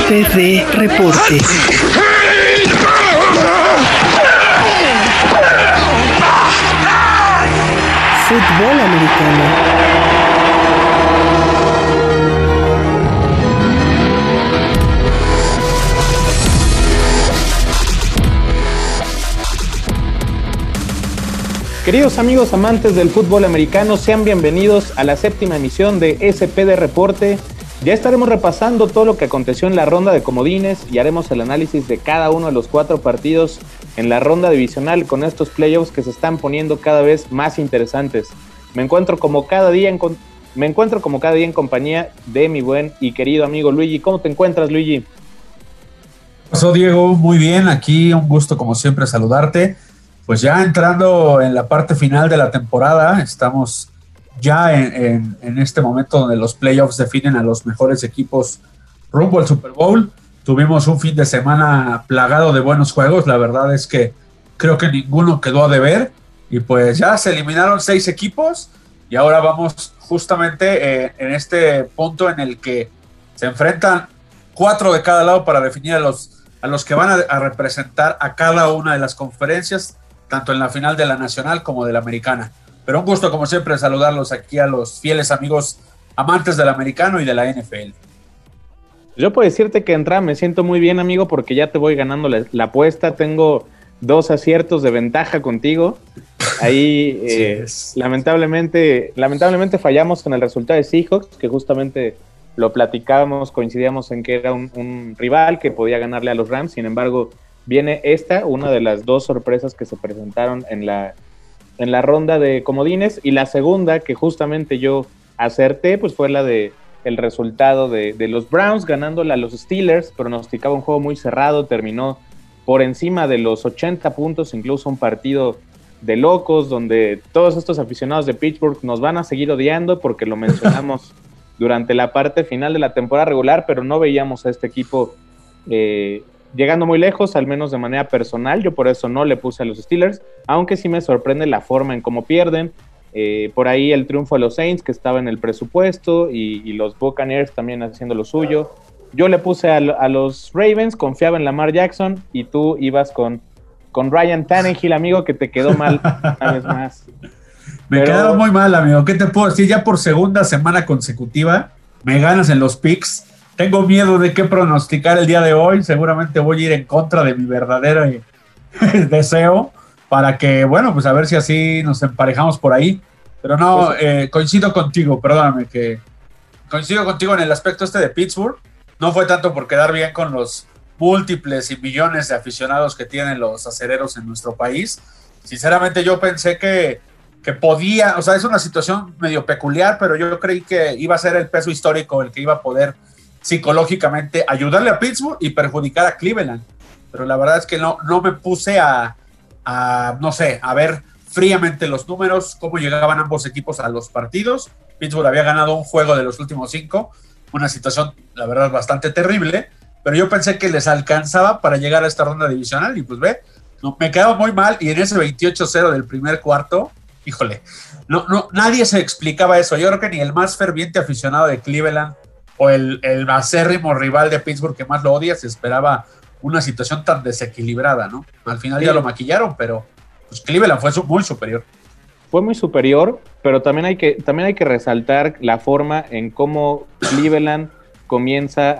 SPD Reporte. Fútbol americano. Queridos amigos amantes del fútbol americano, sean bienvenidos a la séptima emisión de SPD Reporte. Ya estaremos repasando todo lo que aconteció en la ronda de comodines y haremos el análisis de cada uno de los 4 partidos en la ronda divisional con estos playoffs que se están poniendo cada vez más interesantes. Me encuentro como cada día en compañía de mi buen y querido amigo Luigi. ¿Cómo te encuentras, Luigi? ¿Qué pasó, Diego? Muy bien, aquí un gusto como siempre saludarte. Pues ya entrando en la parte final de la temporada, estamos ya en este momento donde los playoffs definen a los mejores equipos rumbo al Super Bowl. Tuvimos un fin de semana plagado de buenos juegos, la verdad es que creo que ninguno quedó a deber, y pues ya se eliminaron 6 equipos, y ahora vamos justamente en este punto en el que se enfrentan 4 de cada lado para definir a los que van a representar a cada una de las conferencias, tanto en la final de la nacional como de la americana. Pero un gusto, como siempre, saludarlos aquí a los fieles amigos amantes del americano y de la NFL. Yo puedo decirte que entrada me siento muy bien, amigo, porque ya te voy ganando la apuesta. Tengo 2 aciertos de ventaja contigo. Ahí, lamentablemente fallamos en el resultado de Seahawks, que justamente lo platicábamos, coincidíamos en que era un rival que podía ganarle a los Rams. Sin embargo, viene una de las 2 sorpresas que se presentaron en la ronda de comodines, y la segunda que justamente yo acerté, pues fue la de el resultado de los Browns ganándole a los Steelers. Pronosticaba un juego muy cerrado, terminó por encima de los 80 puntos, incluso un partido de locos donde todos estos aficionados de Pittsburgh nos van a seguir odiando porque lo mencionamos durante la parte final de la temporada regular, pero no veíamos a este equipo llegando muy lejos, al menos de manera personal. Yo por eso no le puse a los Steelers, aunque sí me sorprende la forma en cómo pierden. Por ahí el triunfo de los Saints, que estaba en el presupuesto, y los Buccaneers también haciendo lo suyo. Yo le puse a los Ravens, confiaba en Lamar Jackson, y tú ibas con Ryan Tannehill, amigo, que te quedó mal una vez más. Me quedaron muy mal, amigo. ¿Qué te puedo decir? Ya por segunda semana consecutiva me ganas en los picks. Tengo miedo de qué pronosticar el día de hoy. Seguramente voy a ir en contra de mi verdadero deseo para que, bueno, pues a ver si así nos emparejamos por ahí. Pero no, coincido contigo, perdóname, que coincido contigo en el aspecto de Pittsburgh. No fue tanto por quedar bien con los múltiples y millones de aficionados que tienen los acereros en nuestro país. Sinceramente yo pensé que podía, o sea, es una situación medio peculiar, pero yo creí que iba a ser el peso histórico el que iba a poder psicológicamente ayudarle a Pittsburgh y perjudicar a Cleveland. Pero la verdad es que no me puse a ver fríamente los números, cómo llegaban ambos equipos a los partidos. Pittsburgh había ganado un juego de los últimos 5, una situación, la verdad, bastante terrible, pero yo pensé que les alcanzaba para llegar a esta ronda divisional, y pues me quedaba muy mal, y en ese 28-0 del primer cuarto, híjole, nadie se explicaba eso. Yo creo que ni el más ferviente aficionado de Cleveland o el acérrimo rival de Pittsburgh que más lo odia se esperaba una situación tan desequilibrada, ¿no? Al final ya lo maquillaron, pero pues Cleveland fue muy superior. Fue muy superior, pero también hay que resaltar la forma en cómo Cleveland comienza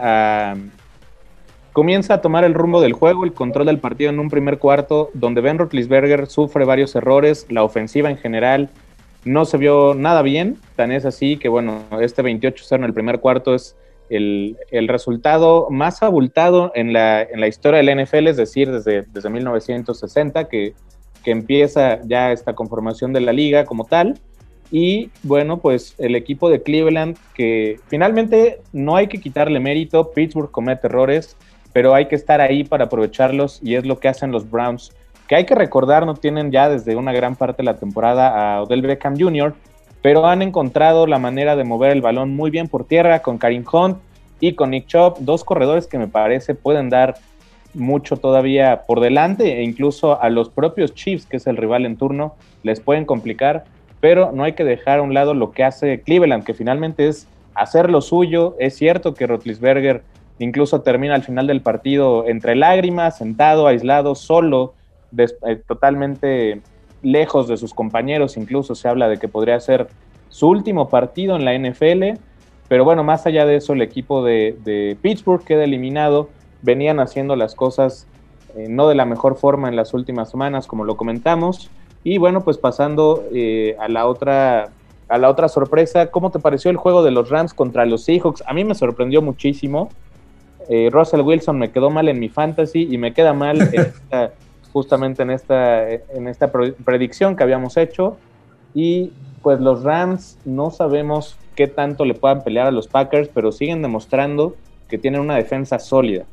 a tomar el rumbo del juego, el control del partido en un primer cuarto, donde Ben Roethlisberger sufre varios errores. La ofensiva en general no se vio nada bien, tan es así que, bueno, este 28-0 en el primer cuarto es el resultado más abultado en la historia del NFL, es decir, desde 1960 que empieza ya esta conformación de la liga como tal. Y bueno, pues el equipo de Cleveland, que finalmente no hay que quitarle mérito, Pittsburgh comete errores, pero hay que estar ahí para aprovecharlos, y es lo que hacen los Browns, que hay que recordar, no tienen ya desde una gran parte de la temporada a Odell Beckham Jr., pero han encontrado la manera de mover el balón muy bien por tierra con Kareem Hunt y con Nick Chubb, 2 corredores que me parece pueden dar mucho todavía por delante, e incluso a los propios Chiefs, que es el rival en turno, les pueden complicar, pero no hay que dejar a un lado lo que hace Cleveland, que finalmente es hacer lo suyo. Es cierto que Roethlisberger incluso termina al final del partido entre lágrimas, sentado, aislado, solo, totalmente lejos de sus compañeros. Incluso se habla de que podría ser su último partido en la NFL, pero bueno, más allá de eso, el equipo de Pittsburgh queda eliminado. Venían haciendo las cosas no de la mejor forma en las últimas semanas, como lo comentamos. Y bueno, pues pasando a la otra sorpresa, ¿cómo te pareció el juego de los Rams contra los Seahawks? A mí me sorprendió muchísimo. Russell Wilson me quedó mal en mi fantasy y me queda mal justamente en esta predicción que habíamos hecho. Y pues los Rams no sabemos qué tanto le puedan pelear a los Packers, pero siguen demostrando que tienen una defensa sólida.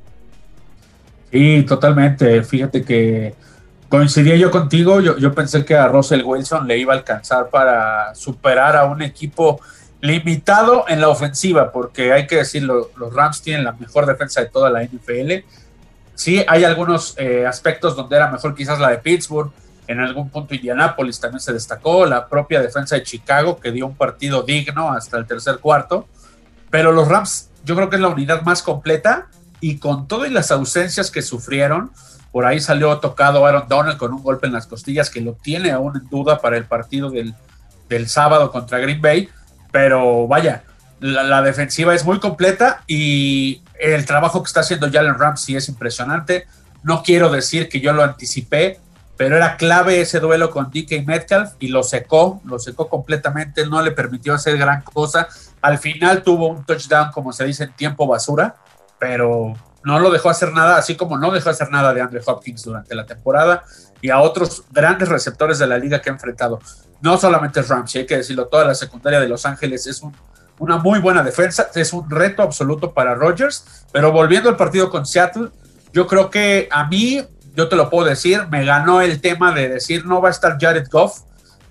Sí, totalmente. Fíjate que coincidía yo contigo. Yo pensé que a Russell Wilson le iba a alcanzar para superar a un equipo limitado en la ofensiva, porque hay que decirlo, los Rams tienen la mejor defensa de toda la NFL. Sí, hay algunos aspectos donde era mejor quizás la de Pittsburgh, en algún punto Indianapolis también se destacó, la propia defensa de Chicago, que dio un partido digno hasta el tercer cuarto, pero los Rams yo creo que es la unidad más completa, y con todas las ausencias que sufrieron, por ahí salió tocado Aaron Donald con un golpe en las costillas que lo tiene aún en duda para el partido del sábado contra Green Bay, pero vaya, la defensiva es muy completa y el trabajo que está haciendo Jalen Ramsey es impresionante. No quiero decir que yo lo anticipé, pero era clave ese duelo con DK Metcalf y lo secó completamente, no le permitió hacer gran cosa. Al final tuvo un touchdown, como se dice, en tiempo basura, pero no lo dejó hacer nada, así como no dejó hacer nada de Andre Hopkins durante la temporada y a otros grandes receptores de la liga que ha enfrentado. No solamente Ramsey, hay que decirlo, toda la secundaria de Los Ángeles es una muy buena defensa, es un reto absoluto para Rodgers, pero volviendo al partido con Seattle, yo creo que a mí, yo te lo puedo decir, me ganó el tema de decir no va a estar Jared Goff,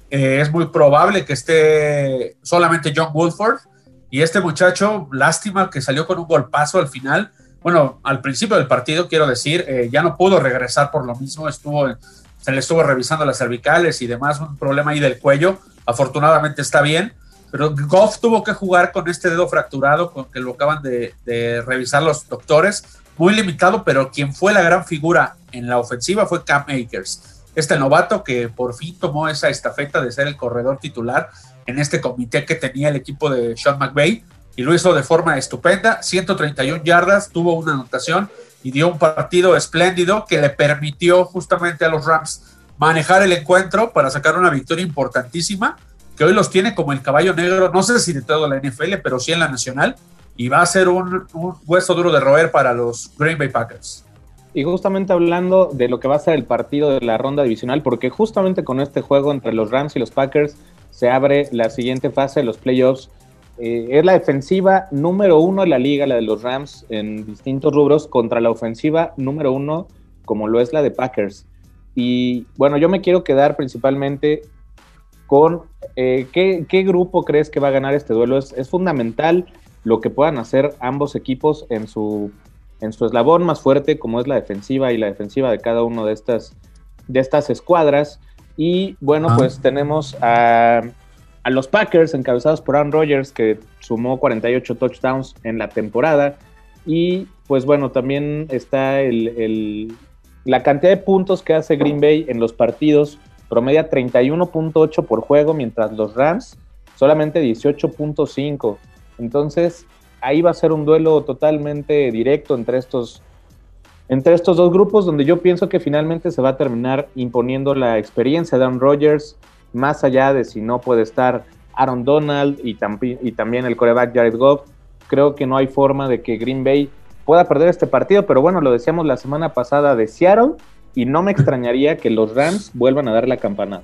es muy probable que esté solamente John Wolford, y este muchacho, lástima que salió con un golpazo al final, bueno, al principio del partido, quiero decir, ya no pudo regresar por lo mismo, se le estuvo revisando las cervicales y demás, un problema ahí del cuello, afortunadamente está bien, pero Goff tuvo que jugar con este dedo fracturado, con que lo acaban de revisar los doctores, muy limitado, pero quien fue la gran figura en la ofensiva fue Cam Akers, este novato que por fin tomó esa estafeta de ser el corredor titular en este comité que tenía el equipo de Sean McVay, y lo hizo de forma estupenda, 131 yardas, tuvo una anotación y dio un partido espléndido que le permitió justamente a los Rams manejar el encuentro para sacar una victoria importantísima, que hoy los tiene como el caballo negro, no sé si de toda la NFL, pero sí en la nacional, y va a ser un hueso duro de roer para los Green Bay Packers. Y justamente hablando de lo que va a ser el partido de la ronda divisional, porque justamente con este juego entre los Rams y los Packers se abre la siguiente fase de los playoffs. Es la defensiva número 1 de la liga, la de los Rams, en distintos rubros, contra la ofensiva número 1, como lo es la de Packers. Y bueno, yo me quiero quedar principalmente con ¿qué grupo crees que va a ganar este duelo? Es fundamental lo que puedan hacer ambos equipos en su eslabón más fuerte, como es la defensiva y la defensiva de cada uno de estas escuadras. Y bueno, pues tenemos a los Packers encabezados por Aaron Rodgers, que sumó 48 touchdowns en la temporada, y pues bueno, también está la cantidad de puntos que hace Green Bay en los partidos, promedia 31.8 por juego, mientras los Rams solamente 18.5, entonces ahí va a ser un duelo totalmente directo entre estos dos grupos, donde yo pienso que finalmente se va a terminar imponiendo la experiencia de Aaron Rodgers, más allá de si no puede estar Aaron Donald y también el quarterback Jared Goff. Creo que no hay forma de que Green Bay pueda perder este partido, pero bueno, lo decíamos la semana pasada de Seattle, y no me extrañaría que los Rams vuelvan a dar la campanada.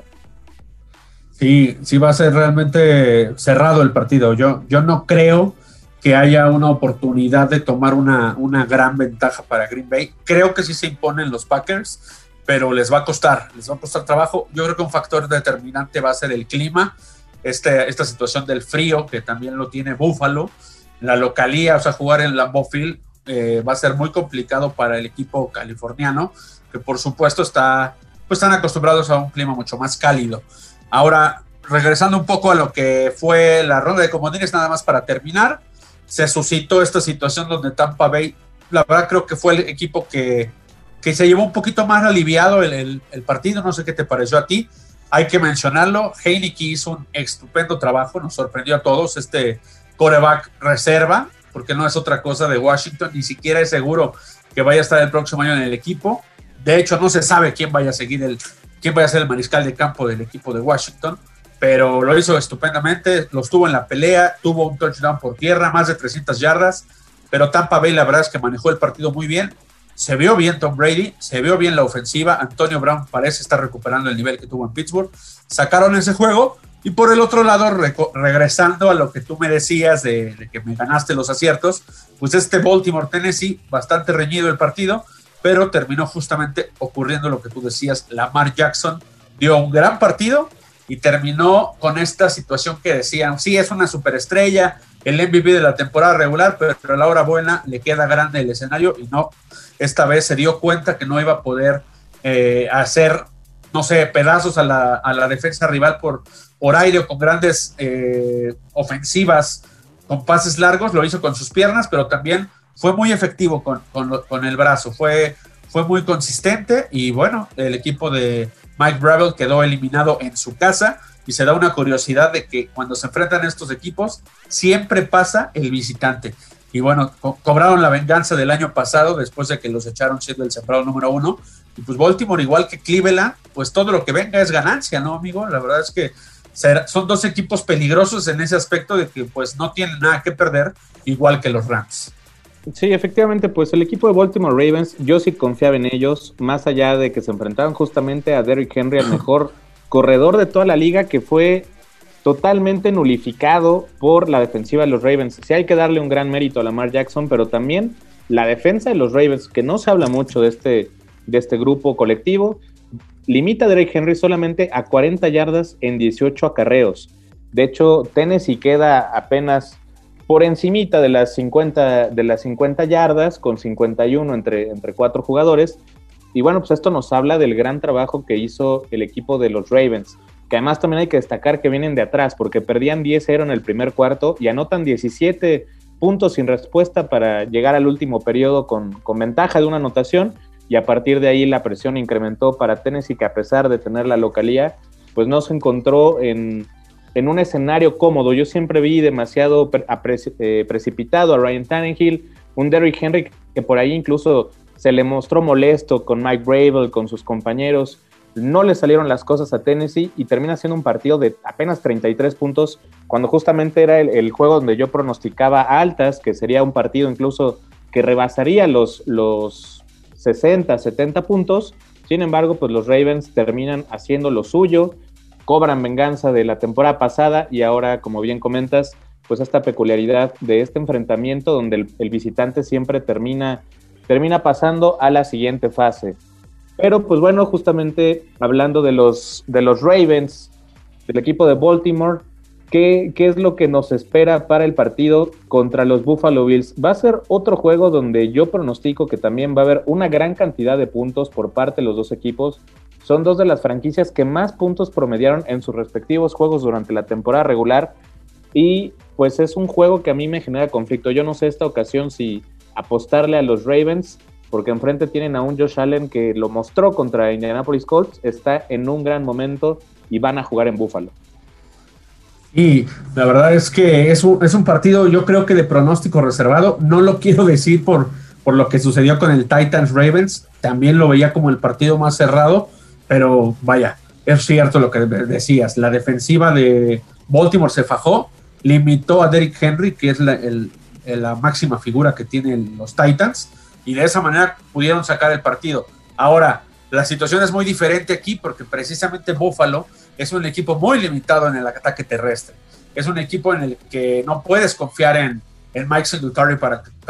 Sí, va a ser realmente cerrado el partido. Yo no creo que haya una oportunidad de tomar una gran ventaja para Green Bay. Creo que sí se imponen los Packers, pero les va a costar trabajo. Yo creo que un factor determinante va a ser el clima, esta situación del frío, que también lo tiene Buffalo, la localía, o sea, jugar en Lambeau Field va a ser muy complicado para el equipo californiano, que por supuesto están acostumbrados a un clima mucho más cálido. Ahora, regresando un poco a lo que fue la ronda de comodines, nada más para terminar, se suscitó esta situación donde Tampa Bay, la verdad creo que fue el equipo que se llevó un poquito más aliviado el partido. No sé qué te pareció a ti. Hay que mencionarlo, Heinicke hizo un estupendo trabajo, nos sorprendió a todos, este quarterback reserva, porque no es otra cosa de Washington, ni siquiera es seguro que vaya a estar el próximo año en el equipo. De hecho, no se sabe quién vaya a ser el mariscal de campo del equipo de Washington, pero lo hizo estupendamente, los tuvo en la pelea, tuvo un touchdown por tierra, más de 300 yardas, pero Tampa Bay la verdad es que manejó el partido muy bien. Se vio bien Tom Brady, se vio bien la ofensiva, Antonio Brown parece estar recuperando el nivel que tuvo en Pittsburgh, sacaron ese juego, y por el otro lado, regresando a lo que tú me decías de que me ganaste los aciertos, pues este Baltimore-Tennessee, bastante reñido el partido, pero terminó justamente ocurriendo lo que tú decías. Lamar Jackson dio un gran partido y terminó con esta situación que decían, sí, es una superestrella, el MVP de la temporada regular, pero a la hora buena le queda grande el escenario y no, esta vez se dio cuenta que no iba a poder hacer, no sé, pedazos a la defensa rival por aire o con grandes ofensivas, con pases largos, lo hizo con sus piernas, pero también fue muy efectivo con el brazo, fue muy consistente y bueno, el equipo de Mike Vrabel quedó eliminado en su casa. Y se da una curiosidad de que cuando se enfrentan estos equipos, siempre pasa el visitante. Y bueno, cobraron la venganza del año pasado, después de que los echaron siendo el sembrado número 1. Y pues Baltimore, igual que Cleveland, pues todo lo que venga es ganancia, ¿no, amigo? La verdad es que son dos equipos peligrosos en ese aspecto de que pues no tienen nada que perder, igual que los Rams. Sí, efectivamente, pues el equipo de Baltimore Ravens, yo sí confiaba en ellos, más allá de que se enfrentaban justamente a Derrick Henry, el mejor corredor de toda la liga, que fue totalmente nulificado por la defensiva de los Ravens. Sí hay que darle un gran mérito a Lamar Jackson, pero también la defensa de los Ravens, que no se habla mucho de este grupo colectivo, limita a Derrick Henry solamente a 40 yardas en 18 acarreos. De hecho, Tennessee queda apenas por encimita de las 50 yardas, con 51 entre 4 jugadores. Y bueno, pues esto nos habla del gran trabajo que hizo el equipo de los Ravens, que además también hay que destacar que vienen de atrás, porque perdían 10-0 en el primer cuarto y anotan 17 puntos sin respuesta para llegar al último periodo con ventaja de una anotación, y a partir de ahí la presión incrementó para Tennessee, que a pesar de tener la localía, pues no se encontró en un escenario cómodo. Yo siempre vi demasiado precipitado a Ryan Tannehill, un Derrick Henry que por ahí incluso se le mostró molesto con Mike Vrabel, con sus compañeros. No le salieron las cosas a Tennessee y termina siendo un partido de apenas 33 puntos, cuando justamente era el juego donde yo pronosticaba altas, que sería un partido incluso que rebasaría los 60, 70 puntos. Sin embargo, pues los Ravens terminan haciendo lo suyo, cobran venganza de la temporada pasada y ahora, como bien comentas, pues esta peculiaridad de este enfrentamiento donde el visitante siempre termina pasando a la siguiente fase. Pero pues bueno, justamente hablando de los Ravens, del equipo de Baltimore, ¿qué es lo que nos espera para el partido contra los Buffalo Bills? Va a ser otro juego donde yo pronostico que también va a haber una gran cantidad de puntos por parte de los dos equipos. Son dos de las franquicias que más puntos promediaron en sus respectivos juegos durante la temporada regular, y pues es un juego que a mí me genera conflicto. Yo no sé esta ocasión si apostarle a los Ravens, porque enfrente tienen a un Josh Allen que lo mostró contra Indianapolis Colts, está en un gran momento y van a jugar en Buffalo. Y la verdad es que es un partido, yo creo que de pronóstico reservado. No lo quiero decir por lo que sucedió con el Titans Ravens, también lo veía como el partido más cerrado, pero vaya, es cierto lo que decías, la defensiva de Baltimore se fajó, limitó a Derrick Henry, que es la máxima figura que tienen los Titans, y de esa manera pudieron sacar el partido. Ahora, la situación es muy diferente aquí porque precisamente Buffalo es un equipo muy limitado en el ataque terrestre. Es un equipo en el que no puedes confiar en Mike Singletary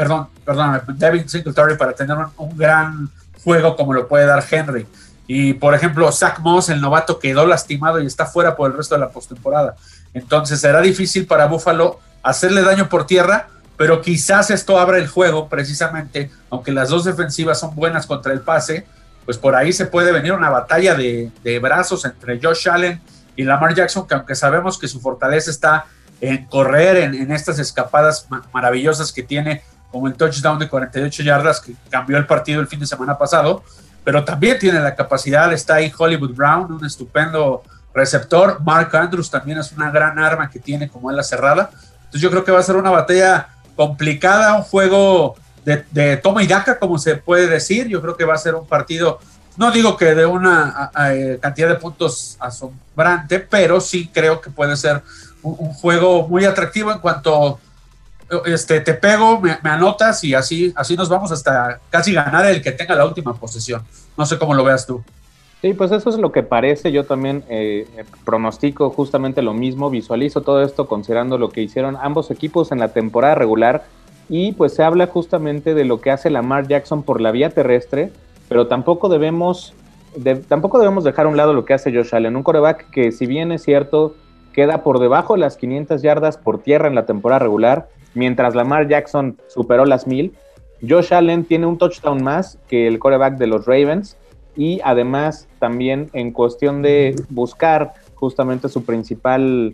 Devin Singletary para tener un gran juego como lo puede dar Henry. Y por ejemplo, Zach Moss, el novato, quedó lastimado y está fuera por el resto de la postemporada. Entonces será difícil para Buffalo hacerle daño por tierra, pero quizás esto abra el juego precisamente, aunque las dos defensivas son buenas contra el pase, pues por ahí se puede venir una batalla de brazos entre Josh Allen y Lamar Jackson, que aunque sabemos que su fortaleza está en correr, en estas escapadas maravillosas que tiene, como el touchdown de 48 yardas que cambió el partido el fin de semana pasado, pero también tiene la capacidad. Está ahí Hollywood Brown, un estupendo receptor. Mark Andrews también es una gran arma que tiene como en la cerrada. Entonces yo creo que va a ser una batalla complicada, un juego de toma y daca, como se puede decir. Yo creo que va a ser un partido, no digo que de una cantidad de puntos asombrante, pero sí creo que puede ser un juego muy atractivo en cuanto te pego, me anotas y así nos vamos hasta casi ganar el que tenga la última posesión. No sé cómo lo veas tú. Sí, pues eso es lo que parece. Yo también pronostico justamente lo mismo, visualizo todo esto considerando lo que hicieron ambos equipos en la temporada regular, y pues se habla justamente de lo que hace Lamar Jackson por la vía terrestre, pero tampoco debemos dejar a un lado lo que hace Josh Allen, un quarterback que, si bien es cierto, queda por debajo de las 500 yardas por tierra en la temporada regular, mientras Lamar Jackson superó las 1000. Josh Allen tiene un touchdown más que el quarterback de los Ravens, y además también en cuestión de buscar justamente su principal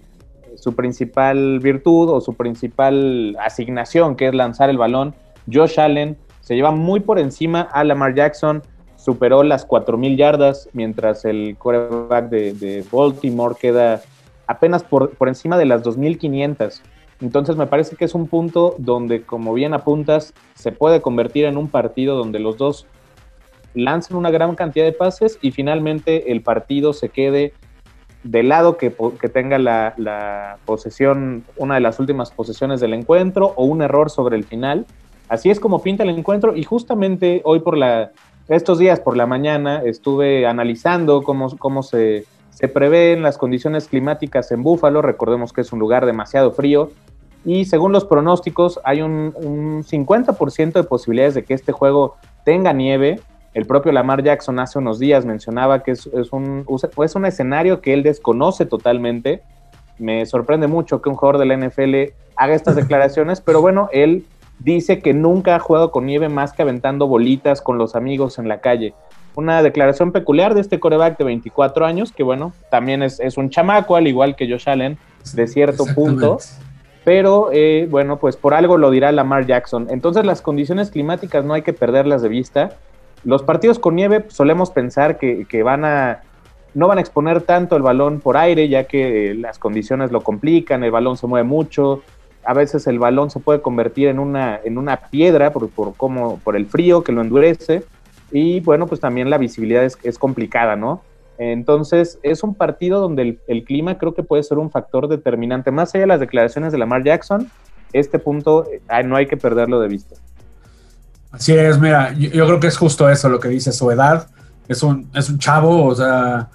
virtud o su principal asignación, que es lanzar el balón, Josh Allen se lleva muy por encima a Lamar Jackson, superó las 4000 yardas, mientras el quarterback de Baltimore queda apenas por encima de las 2500. Entonces me parece que es un punto donde, como bien apuntas, se puede convertir en un partido donde los dos lancen una gran cantidad de pases y finalmente el partido se quede del lado que tenga la posesión, una de las últimas posesiones del encuentro, o un error sobre el final. Así es como pinta el encuentro, y justamente hoy estos días por la mañana estuve analizando cómo se prevén las condiciones climáticas en Búfalo. Recordemos que es un lugar demasiado frío, y según los pronósticos hay un 50% de posibilidades de que este juego tenga nieve. El propio Lamar Jackson hace unos días mencionaba que es un escenario que él desconoce totalmente. Me sorprende mucho que un jugador de la NFL haga estas declaraciones, pero bueno, él dice que nunca ha jugado con nieve más que aventando bolitas con los amigos en la calle. Una declaración peculiar de este quarterback de 24 años, que bueno, también es un chamaco, al igual que Josh Allen, de cierto punto. Pero bueno, pues por algo lo dirá Lamar Jackson. Entonces las condiciones climáticas no hay que perderlas de vista. Los partidos con nieve solemos pensar que no van a exponer tanto el balón por aire, ya que las condiciones lo complican, el balón se mueve mucho, a veces el balón se puede convertir en una piedra por el frío que lo endurece, y bueno, pues también la visibilidad es complicada, ¿no? Entonces es un partido donde el clima creo que puede ser un factor determinante. Más allá de las declaraciones de Lamar Jackson, este punto no hay que perderlo de vista. Así es, mira, yo creo que es justo eso lo que dice, su edad, es un chavo, o sea,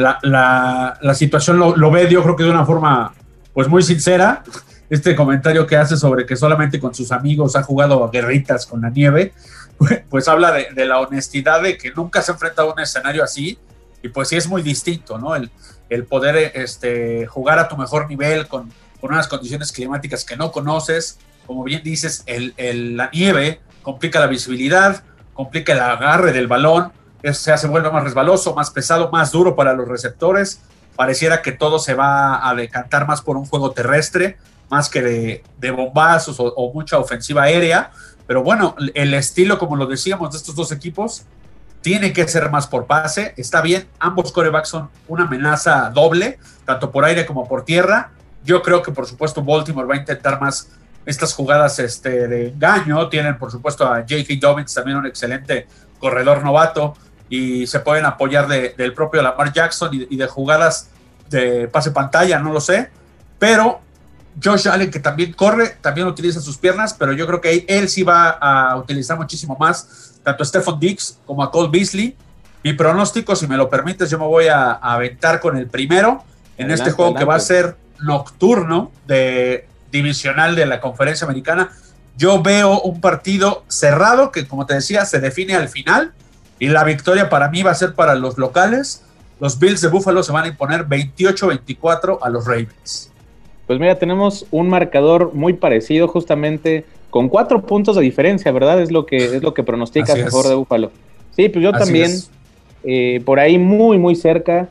la situación lo ve, yo creo que de una forma pues muy sincera. Este comentario que hace sobre que solamente con sus amigos ha jugado a guerritas con la nieve, pues habla de la honestidad de que nunca se ha enfrentado a un escenario así, y pues sí es muy distinto, ¿no? El poder jugar a tu mejor nivel con unas condiciones climáticas que no conoces, como bien dices, la nieve complica la visibilidad, complica el agarre del balón, se vuelve más resbaloso, más pesado, más duro para los receptores. Pareciera que todo se va a decantar más por un juego terrestre, más que de bombazos o mucha ofensiva aérea. Pero bueno, el estilo, como lo decíamos, de estos dos equipos tiene que ser más por pase. Está bien, ambos quarterbacks son una amenaza doble, tanto por aire como por tierra. Yo creo que por supuesto Baltimore va a intentar más estas jugadas de engaño. Tienen por supuesto a J.K. Dobbins, también un excelente corredor novato, y se pueden apoyar del propio Lamar Jackson y de jugadas de pase pantalla, no lo sé, pero Josh Allen, que también corre, también utiliza sus piernas, pero yo creo que él sí va a utilizar muchísimo más tanto a Stephon Diggs como a Cole Beasley. Mi pronóstico, si me lo permites, yo me voy a aventar con el primero en este juego que va a ser nocturno divisional de la Conferencia Americana. Yo veo un partido cerrado que, como te decía, se define al final, y la victoria para mí va a ser para los locales. Los Bills de Buffalo se van a imponer 28-24 a los Ravens. Pues mira, tenemos un marcador muy parecido, justamente con 4 puntos de diferencia, ¿verdad? Es lo que pronostica a favor de Buffalo. Sí, pues yo también, por ahí muy, muy cerca.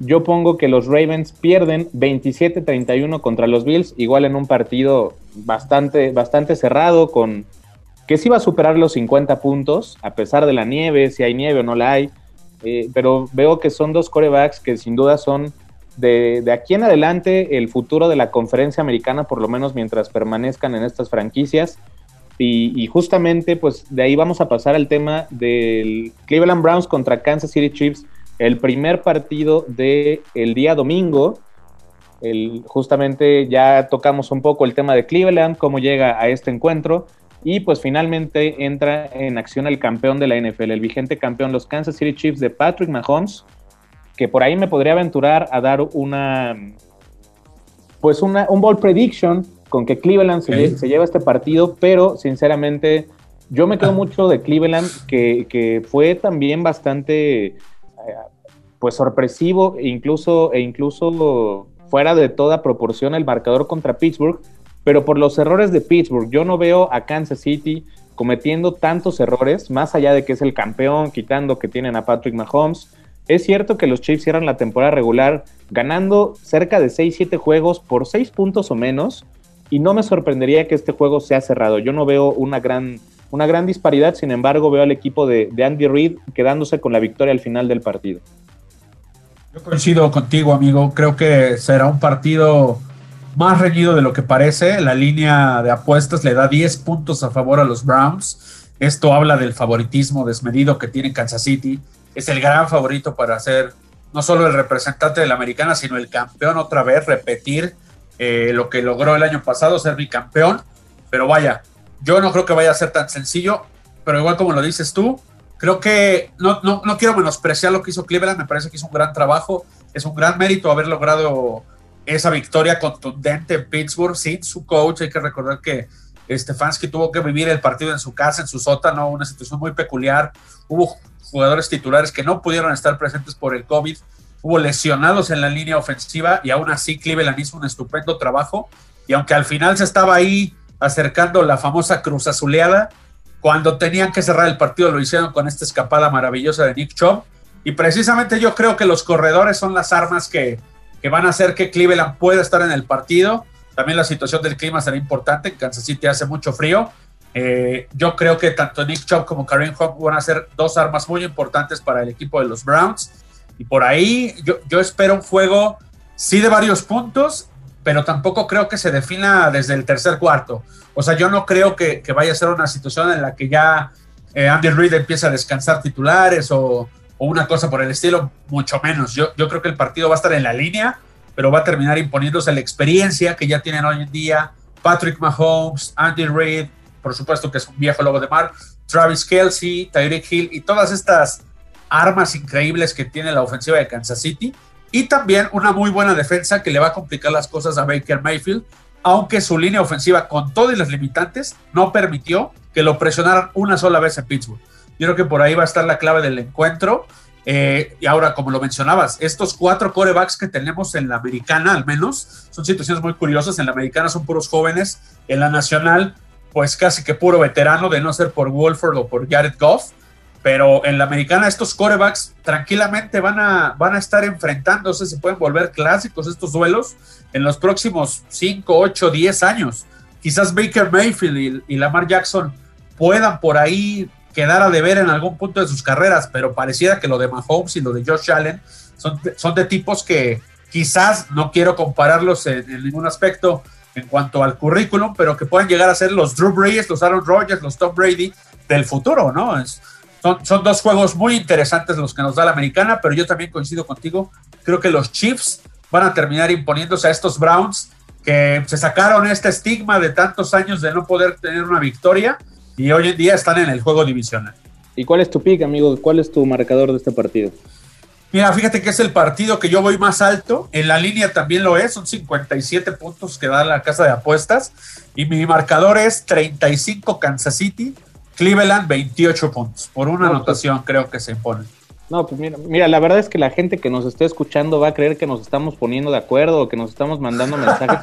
Yo pongo que los Ravens pierden 27-31 contra los Bills, igual en un partido bastante cerrado, con que sí va a superar los 50 puntos, a pesar de la nieve, si hay nieve o no la hay, pero veo que son dos quarterbacks que sin duda son de aquí en adelante el futuro de la conferencia americana, por lo menos mientras permanezcan en estas franquicias. Y justamente pues de ahí vamos a pasar al tema del Cleveland Browns contra Kansas City Chiefs, el primer partido del día domingo. Justamente ya tocamos un poco el tema de Cleveland, cómo llega a este encuentro, y pues finalmente entra en acción el campeón de la NFL, el vigente campeón, los Kansas City Chiefs de Patrick Mahomes, que por ahí me podría aventurar a dar un bold prediction con que Cleveland se lleva este partido, pero sinceramente yo me quedo mucho de Cleveland, que fue también bastante pues sorpresivo e incluso fuera de toda proporción el marcador contra Pittsburgh, pero por los errores de Pittsburgh yo no veo a Kansas City cometiendo tantos errores, más allá de que es el campeón, quitando que tienen a Patrick Mahomes. Es cierto que los Chiefs cierran la temporada regular ganando cerca de 6-7 juegos por 6 puntos o menos, y no me sorprendería que este juego sea cerrado. Yo no veo una gran disparidad, sin embargo veo al equipo de Andy Reid quedándose con la victoria al final del partido. Yo coincido contigo, amigo. Creo que será un partido más reñido de lo que parece. La línea de apuestas le da 10 puntos a favor a los Browns. Esto habla del favoritismo desmedido que tiene Kansas City. Es el gran favorito para ser no solo el representante de la americana, sino el campeón otra vez, repetir lo que logró el año pasado, ser bicampeón. Pero vaya, yo no creo que vaya a ser tan sencillo, pero igual como lo dices tú, creo que no quiero menospreciar lo que hizo Cleveland. Me parece que hizo un gran trabajo, es un gran mérito haber logrado esa victoria contundente en Pittsburgh sin su coach. Hay que recordar que Stefanski tuvo que vivir el partido en su casa, en su sótano, una situación muy peculiar. Hubo jugadores titulares que no pudieron estar presentes por el COVID, hubo lesionados en la línea ofensiva, y aún así Cleveland hizo un estupendo trabajo, y aunque al final se estaba ahí acercando la famosa cruz azuleada, cuando tenían que cerrar el partido lo hicieron con esta escapada maravillosa de Nick Chubb, y precisamente yo creo que los corredores son las armas que van a hacer que Cleveland pueda estar en el partido. También la situación del clima será importante. En Kansas City hace mucho frío. Yo creo que tanto Nick Chubb como Kareem Hunt van a ser dos armas muy importantes para el equipo de los Browns, y por ahí yo espero un juego sí de varios puntos, pero tampoco creo que se defina desde el tercer cuarto. O sea, yo no creo que vaya a ser una situación en la que ya Andy Reid empieza a descansar titulares o una cosa por el estilo, mucho menos. Yo creo que el partido va a estar en la línea, pero va a terminar imponiéndose la experiencia que ya tienen hoy en día Patrick Mahomes, Andy Reid, por supuesto que es un viejo lobo de mar, Travis Kelce, Tyreek Hill y todas estas armas increíbles que tiene la ofensiva de Kansas City, y también una muy buena defensa que le va a complicar las cosas a Baker Mayfield, aunque su línea ofensiva, con todas las limitantes, no permitió que lo presionaran una sola vez en Pittsburgh. Yo creo que por ahí va a estar la clave del encuentro. Y ahora, como lo mencionabas, estos 4 quarterbacks que tenemos en la americana, al menos, son situaciones muy curiosas. En la americana son puros jóvenes, en la nacional, pues casi que puro veterano, de no ser por Wolford o por Jared Goff. Pero en la americana estos quarterbacks tranquilamente van a estar enfrentándose, se pueden volver clásicos estos duelos en los próximos 5, 8, 10 años. Quizás Baker Mayfield y Lamar Jackson puedan por ahí quedar a deber en algún punto de sus carreras, pero pareciera que lo de Mahomes y lo de Josh Allen son de tipos que quizás, no quiero compararlos en ningún aspecto en cuanto al currículum, pero que pueden llegar a ser los Drew Brees, los Aaron Rodgers, los Tom Brady del futuro, ¿no? Son dos juegos muy interesantes los que nos da la americana, pero yo también coincido contigo. Creo que los Chiefs van a terminar imponiéndose a estos Browns, que se sacaron este estigma de tantos años de no poder tener una victoria, y hoy en día están en el juego divisional. ¿Y cuál es tu pick, amigo? ¿Cuál es tu marcador de este partido? Mira, fíjate que es el partido que yo voy más alto. En la línea también lo es, son 57 puntos que da la casa de apuestas, y mi marcador es 35 Kansas City, Cleveland 28 puntos, por una anotación creo que se impone. No, pues mira, la verdad es que la gente que nos esté escuchando va a creer que nos estamos poniendo de acuerdo o que nos estamos mandando mensajes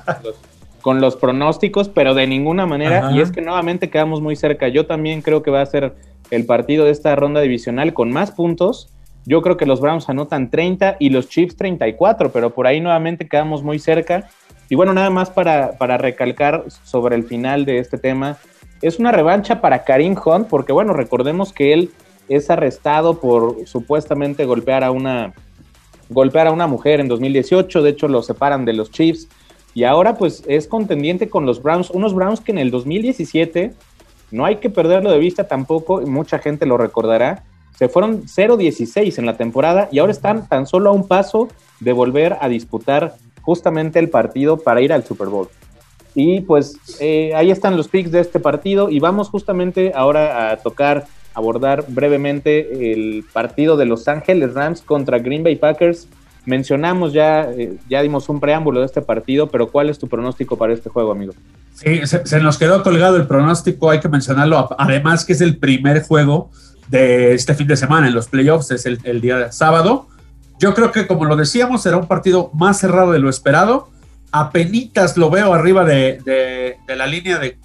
con los pronósticos, pero de ninguna manera. Ajá. Y es que nuevamente quedamos muy cerca. Yo también creo que va a ser el partido de esta ronda divisional con más puntos. Yo creo que los Browns anotan 30 y los Chiefs 34, pero por ahí nuevamente quedamos muy cerca. Y bueno, nada más para recalcar sobre el final de este tema, es una revancha para Kareem Hunt, porque bueno, recordemos que él es arrestado por supuestamente golpear a una mujer en 2018, de hecho lo separan de los Chiefs, y ahora pues es contendiente con los Browns, unos Browns que en el 2017, no hay que perderlo de vista tampoco, y mucha gente lo recordará, se fueron 0-16 en la temporada y ahora están tan solo a un paso de volver a disputar justamente el partido para ir al Super Bowl. Y pues ahí están los picks de este partido y vamos justamente ahora a abordar brevemente el partido de Los Ángeles Rams contra Green Bay Packers. Mencionamos ya dimos un preámbulo de este partido, pero ¿cuál es tu pronóstico para este juego, amigo? Sí, se nos quedó colgado el pronóstico, hay que mencionarlo, además que es el primer juego de este fin de semana en los playoffs, es el día de sábado. Yo creo que, como lo decíamos, será un partido más cerrado de lo esperado. Apenitas lo veo arriba de la línea de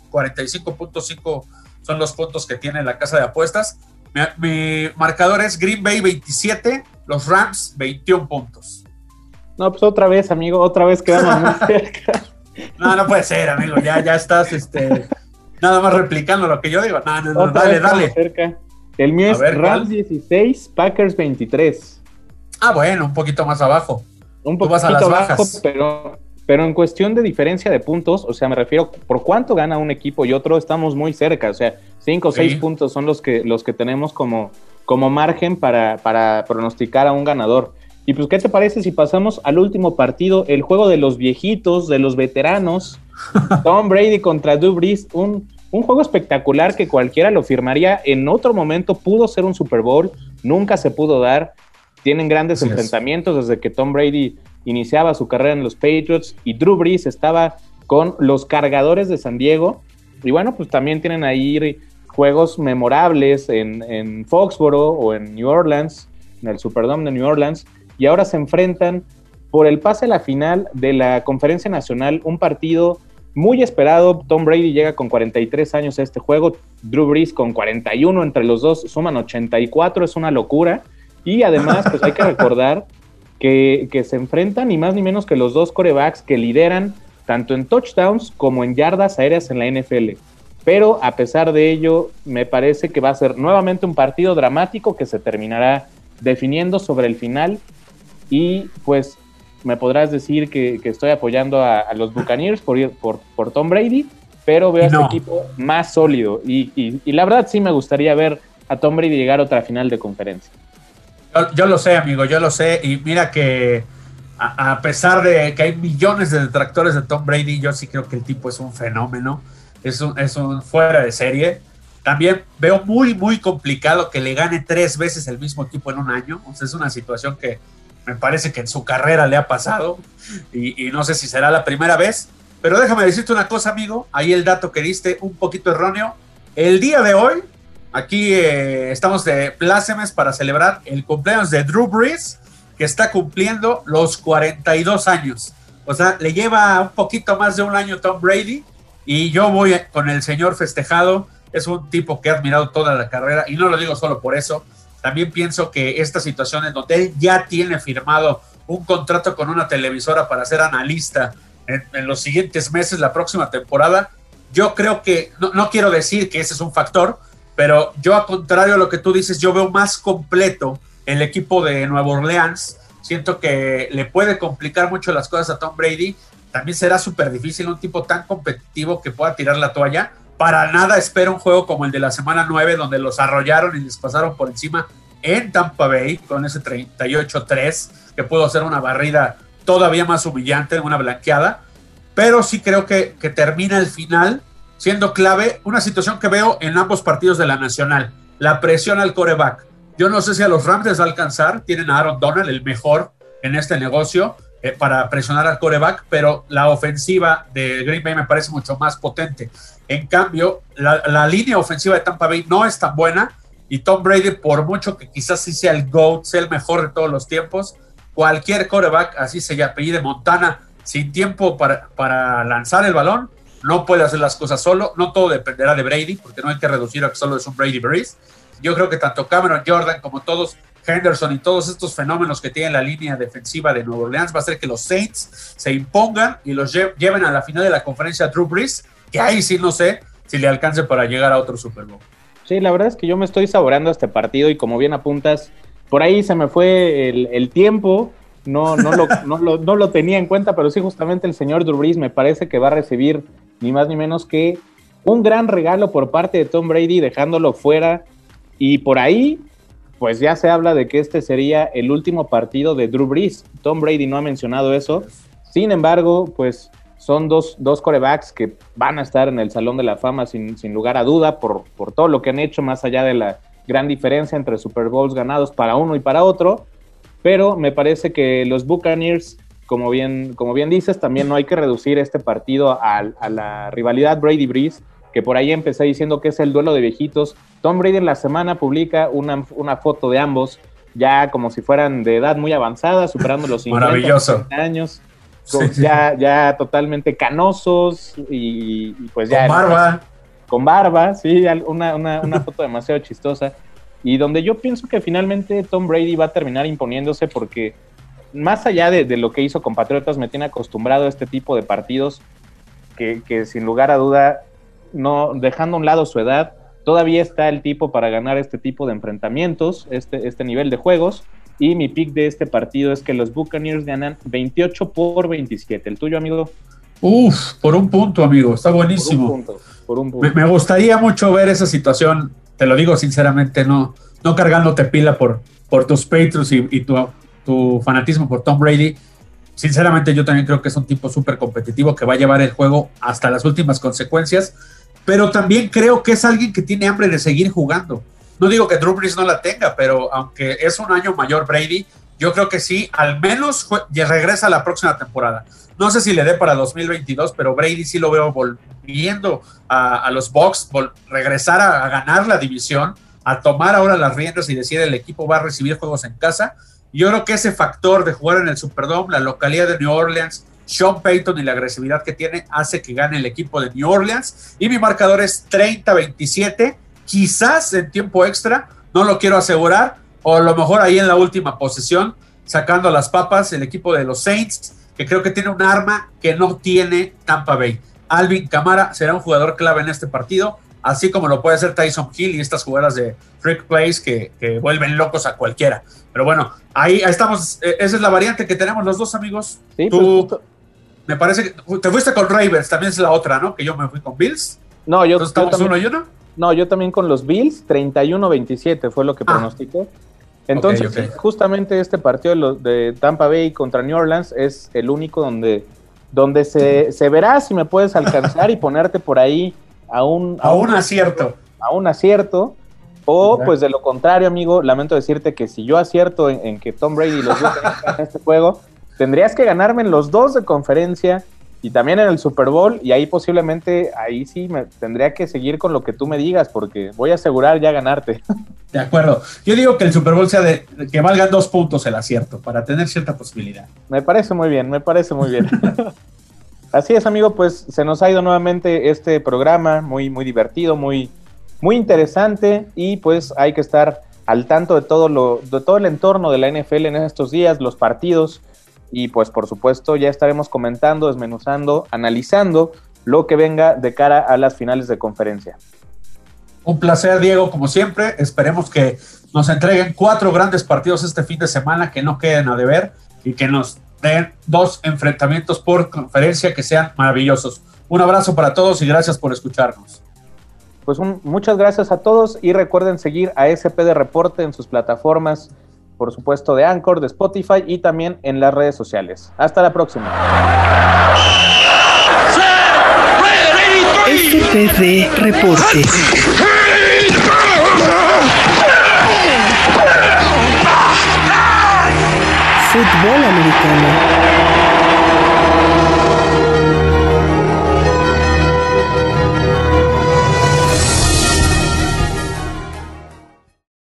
45.5 son los puntos que tiene la casa de apuestas. Mi marcador es Green Bay 27, los Rams 21 puntos. No, pues otra vez, amigo, otra vez quedamos muy cerca. No puede ser, amigo, ya estás nada más replicando lo que yo digo. No, dale. Cerca. El mío es Rams 16, Packers 23. Ah, bueno, un poquito más abajo. Un poquito vas a las abajo, bajas. Pero en cuestión de diferencia de puntos, o sea, me refiero por cuánto gana un equipo y otro, estamos muy cerca, o sea, 5 o 6 puntos son los que tenemos como margen para pronosticar a un ganador. Y pues, ¿qué te parece si pasamos al último partido, el juego de los viejitos, de los veteranos, Tom Brady contra Drew Brees, un juego espectacular que cualquiera lo firmaría en otro momento, pudo ser un Super Bowl, nunca se pudo dar, tienen grandes enfrentamientos desde que Tom Brady iniciaba su carrera en los Patriots y Drew Brees estaba con los Cargadores de San Diego, y bueno, pues también tienen ahí juegos memorables en Foxborough o en New Orleans, en el Superdome de New Orleans, y ahora se enfrentan por el pase a la final de la Conferencia Nacional, un partido muy esperado. Tom Brady llega con 43 años a este juego, Drew Brees con 41, entre los dos suman 84, es una locura, y además pues hay que recordar que se enfrentan ni más ni menos que los dos quarterbacks que lideran tanto en touchdowns como en yardas aéreas en la NFL, pero a pesar de ello me parece que va a ser nuevamente un partido dramático que se terminará definiendo sobre el final, y pues me podrás decir que estoy apoyando a los Buccaneers por Tom Brady, pero veo a este equipo más sólido y la verdad sí me gustaría ver a Tom Brady llegar a otra final de conferencia. Yo lo sé, amigo, yo lo sé, y mira que a pesar de que hay millones de detractores de Tom Brady, yo sí creo que el tipo es un fenómeno, es un fuera de serie. También veo muy, muy complicado que le gane 3 veces el mismo equipo en un año, o sea, es una situación que me parece que en su carrera le ha pasado y no sé si será la primera vez, pero déjame decirte una cosa, amigo, ahí el dato que diste un poquito erróneo. El día de hoy, aquí estamos de plácemes para celebrar el cumpleaños de Drew Brees, que está cumpliendo los 42 años, o sea, le lleva un poquito más de un año Tom Brady, y yo voy con el señor festejado. Es un tipo que he admirado toda la carrera, y no lo digo solo por eso. También pienso que esta situación en donde él ya tiene firmado un contrato con una televisora para ser analista en los siguientes meses, la próxima temporada, yo creo que, no quiero decir que ese es un factor, pero yo, a contrario a lo que tú dices, yo veo más completo el equipo de Nueva Orleans. Siento que le puede complicar mucho las cosas a Tom Brady. También será súper difícil un tipo tan competitivo que pueda tirar la toalla. Para nada espero un juego como el de la semana 9, donde los arrollaron y les pasaron por encima en Tampa Bay con ese 38-3, que pudo ser una barrida todavía más humillante, una blanqueada. Pero sí creo que termina el final siendo clave, una situación que veo en ambos partidos de la Nacional, la presión al quarterback. Yo no sé si a los Rams les va a alcanzar, tienen a Aaron Donald, el mejor en este negocio, para presionar al quarterback, pero la ofensiva de Green Bay me parece mucho más potente. En cambio, la línea ofensiva de Tampa Bay no es tan buena, y Tom Brady, por mucho que quizás sí sea el GOAT, sea el mejor de todos los tiempos, cualquier quarterback, así se apellide Montana, sin tiempo para lanzar el balón, no puede hacer las cosas solo. No todo dependerá de Brady, porque no hay que reducir a que solo es un Brady Brees. Yo creo que tanto Cameron Jordan como todos Henderson y todos estos fenómenos que tiene la línea defensiva de Nueva Orleans va a hacer que los Saints se impongan y los lleven a la final de la conferencia Drew Brees, que ahí sí no sé si le alcance para llegar a otro Super Bowl. Sí, la verdad es que yo me estoy saboreando este partido y como bien apuntas, por ahí se me fue el tiempo, no lo tenía en cuenta, pero sí, justamente el señor Drew Brees me parece que va a recibir ni más ni menos que un gran regalo por parte de Tom Brady, dejándolo fuera, y por ahí pues ya se habla de que este sería el último partido de Drew Brees. Tom Brady no ha mencionado eso, sin embargo, pues son dos quarterbacks que van a estar en el Salón de la Fama sin lugar a duda por todo lo que han hecho, más allá de la gran diferencia entre Super Bowls ganados para uno y para otro, pero me parece que los Buccaneers, como bien dices, también no hay que reducir este partido a la rivalidad Brady-Brees, que por ahí empecé diciendo que es el duelo de viejitos. Tom Brady en la semana publica una foto de ambos, ya como si fueran de edad muy avanzada, superando los 50 años. Sí. Ya totalmente canosos y pues ya con barba, sí, una foto demasiado chistosa, y donde yo pienso que finalmente Tom Brady va a terminar imponiéndose, porque más allá de lo que hizo con Patriotas, me tiene acostumbrado a este tipo de partidos que sin lugar a duda, no dejando a un lado su edad, todavía está el tipo para ganar este tipo de enfrentamientos, este nivel de juegos. Y mi pick de este partido es que los Buccaneers ganan 28-27. ¿El tuyo, amigo? Por un punto, amigo. Está buenísimo. Por un punto. Me gustaría mucho ver esa situación. Te lo digo sinceramente, no cargándote pila por tus Patriots y tu fanatismo por Tom Brady. Sinceramente, yo también creo que es un tipo súper competitivo que va a llevar el juego hasta las últimas consecuencias. Pero también creo que es alguien que tiene hambre de seguir jugando. No digo que Drew Brees no la tenga, pero aunque es un año mayor Brady, yo creo que sí, al menos regresa la próxima temporada. No sé si le dé para 2022, pero Brady sí lo veo volviendo a los Bucs, regresar a ganar la división, a tomar ahora las riendas y decir el equipo va a recibir juegos en casa. Yo creo que ese factor de jugar en el Superdome, la localidad de New Orleans, Sean Payton y la agresividad que tiene hace que gane el equipo de New Orleans. Y mi marcador es 30-27. Quizás en tiempo extra, no lo quiero asegurar, o a lo mejor ahí en la última posesión, sacando las papas, el equipo de los Saints, que creo que tiene un arma que no tiene Tampa Bay. Alvin Kamara será un jugador clave en este partido, así como lo puede hacer Tyson Hill y estas jugadas de trick plays que vuelven locos a cualquiera. Pero bueno, ahí estamos, esa es la variante que tenemos los dos, amigos. Sí, tú, pues, me parece que te fuiste con Ravens, también es la otra, ¿no? Que yo me fui con Bills. No, entonces estamos uno y uno. No, yo también con los Bills, 31-27 fue lo que pronostiqué. Entonces, okay. Justamente este partido de Tampa Bay contra New Orleans es el único donde se verá si me puedes alcanzar y ponerte por ahí a un acierto. A un acierto. O, pues de lo contrario, amigo, lamento decirte que si yo acierto en que Tom Brady los dos en este juego, tendrías que ganarme en los dos de conferencia y también en el Super Bowl, y ahí posiblemente, ahí sí me tendría que seguir con lo que tú me digas, porque voy a asegurar ya ganarte. De acuerdo. Yo digo que el Super Bowl sea de que valgan 2 puntos el acierto, para tener cierta posibilidad. Me parece muy bien. Así es, amigo, pues se nos ha ido nuevamente este programa, muy, muy divertido, muy, muy interesante, y pues hay que estar al tanto de todo el entorno de la NFL en estos días, los partidos. Y pues por supuesto ya estaremos comentando, desmenuzando, analizando lo que venga de cara a las finales de conferencia. Un placer, Diego, como siempre. Esperemos que nos entreguen 4 grandes partidos este fin de semana, que no queden a deber y que nos den 2 enfrentamientos por conferencia que sean maravillosos. Un abrazo para todos y gracias por escucharnos. Pues muchas gracias a todos y recuerden seguir a SPD Reporte en sus plataformas, por supuesto de Anchor, de Spotify y también en las redes sociales. Hasta la próxima. SPD Reporte. Fútbol americano.